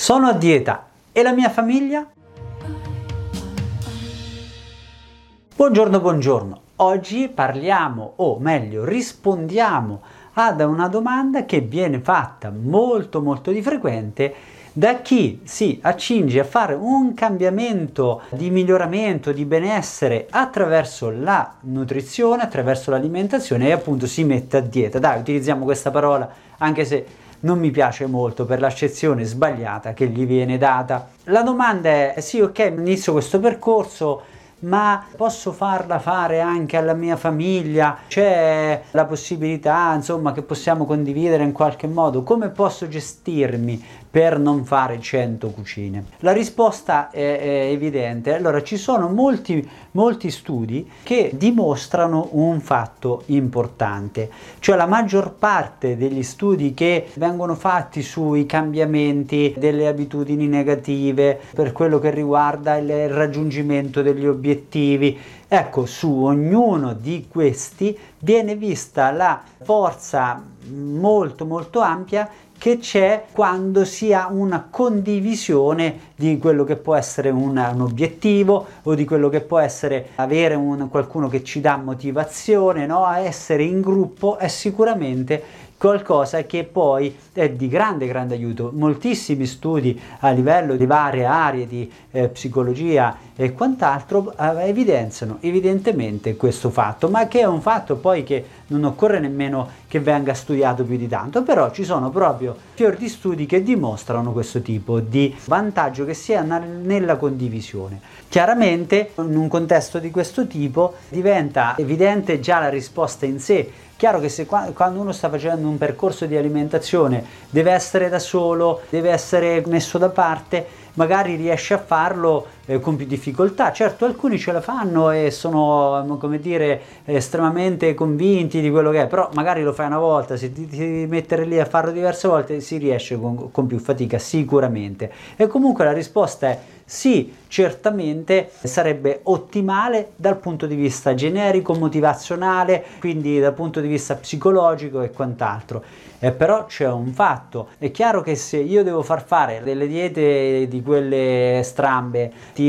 Sono a dieta e la mia famiglia? Buongiorno, buongiorno. Oggi parliamo, o meglio rispondiamo ad una domanda che viene fatta molto di frequente da chi si accinge a fare un cambiamento di miglioramento, di benessere attraverso la nutrizione, attraverso l'alimentazione e appunto si mette a dieta. Dai, utilizziamo questa parola anche se non mi piace molto per l'accezione sbagliata che gli viene data. La domanda è: sì, ok, inizio questo percorso, ma posso farla fare anche alla mia famiglia? C'è la possibilità, insomma, che possiamo condividere in qualche modo? Come posso gestirmi per non fare 100 cucine? La risposta è evidente. Allora, ci sono molti studi che dimostrano un fatto importante, cioè la maggior parte degli studi che vengono fatti sui cambiamenti delle abitudini negative per quello che riguarda il raggiungimento degli obiettivi, ecco, su ognuno di questi viene vista la forza molto ampia che c'è quando si ha una condivisione di quello che può essere un obiettivo o di quello che può essere avere qualcuno che ci dà motivazione, no? A essere in gruppo è sicuramente qualcosa che poi è di grande aiuto. Moltissimi studi a livello di varie aree di psicologia e quant'altro evidenziano evidentemente questo fatto, ma che è un fatto poi che non occorre nemmeno che venga studiato più di tanto, però ci sono proprio fior di studi che dimostrano questo tipo di vantaggio che sia nella condivisione. Chiaramente in un contesto di questo tipo diventa evidente già la risposta in sé. Chiaro che se quando uno sta facendo un percorso di alimentazione deve essere da solo, deve essere messo da parte, magari riesce a farlo con più difficoltà. Certo, alcuni ce la fanno e sono, come dire, estremamente convinti di quello che è, però magari lo fai una volta, se ti mettere lì a farlo diverse volte si riesce con più fatica sicuramente. E comunque la risposta è sì, certamente sarebbe ottimale dal punto di vista generico, motivazionale, quindi dal punto di vista psicologico e quant'altro. Però c'è un fatto: è chiaro che se io devo far fare delle diete di quelle strambe,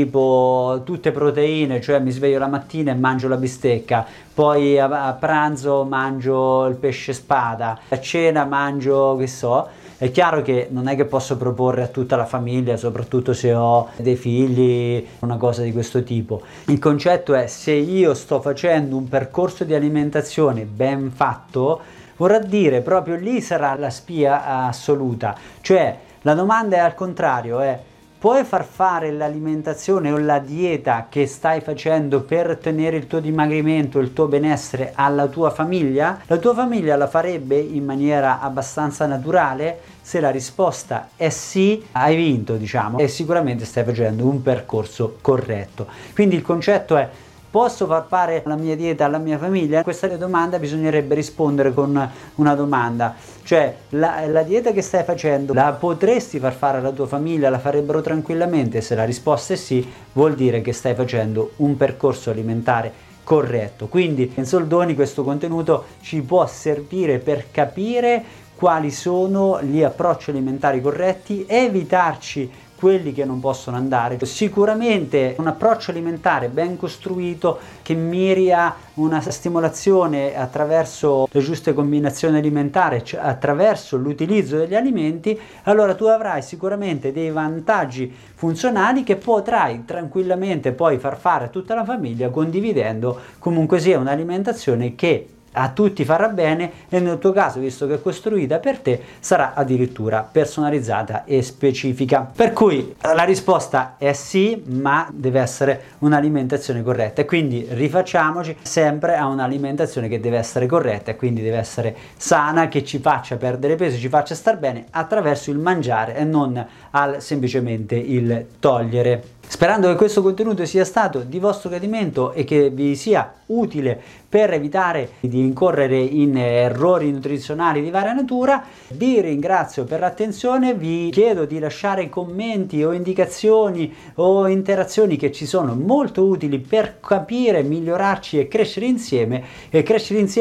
tipo tutte proteine, cioè mi sveglio la mattina e mangio la bistecca, poi a pranzo mangio il pesce spada, a cena mangio, che so, è chiaro che non è che posso proporre a tutta la famiglia, soprattutto se ho dei figli, una cosa di questo tipo. Il concetto è: se io sto facendo un percorso di alimentazione ben fatto, vorrà dire proprio lì sarà la spia assoluta. Cioè la domanda è al contrario, è: puoi far fare l'alimentazione o la dieta che stai facendo per ottenere il tuo dimagrimento, il tuo benessere alla tua famiglia? La tua famiglia la farebbe in maniera abbastanza naturale? Se la risposta è sì, hai vinto, diciamo, e sicuramente stai facendo un percorso corretto. Quindi il concetto è: posso far fare la mia dieta alla mia famiglia? A questa domanda bisognerebbe rispondere con una domanda, cioè la dieta che stai facendo la potresti far fare alla tua famiglia? La farebbero tranquillamente? Se la risposta è sì, vuol dire che stai facendo un percorso alimentare corretto. Quindi in soldoni questo contenuto ci può servire per capire quali sono gli approcci alimentari corretti, evitarci quelli che non possono andare. Sicuramente un approccio alimentare ben costruito che miri a una stimolazione attraverso le giuste combinazioni alimentari, cioè attraverso l'utilizzo degli alimenti, allora tu avrai sicuramente dei vantaggi funzionali che potrai tranquillamente poi far fare a tutta la famiglia, condividendo comunque sia un'alimentazione che a tutti farà bene e nel tuo caso, visto che è costruita per te, sarà addirittura personalizzata e specifica. Per cui la risposta è sì, ma deve essere un'alimentazione corretta, e quindi rifacciamoci sempre a un'alimentazione che deve essere corretta e quindi deve essere sana, che ci faccia perdere peso, ci faccia star bene attraverso il mangiare e non semplicemente il togliere. Sperando che questo contenuto sia stato di vostro gradimento e che vi sia utile per evitare di incorrere in errori nutrizionali di varia natura, vi ringrazio per l'attenzione, vi chiedo di lasciare commenti o indicazioni o interazioni che ci sono molto utili per capire, migliorarci e crescere insieme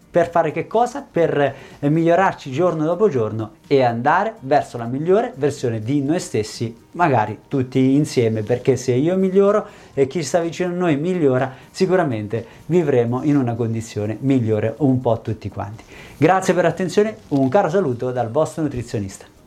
Per fare che cosa? Per migliorarci giorno dopo giorno e andare verso la migliore versione di noi stessi, magari tutti insieme, perché se io miglioro e chi sta vicino a noi migliora, sicuramente vivremo in una condizione migliore un po' tutti quanti. Grazie per l'attenzione, un caro saluto dal vostro nutrizionista.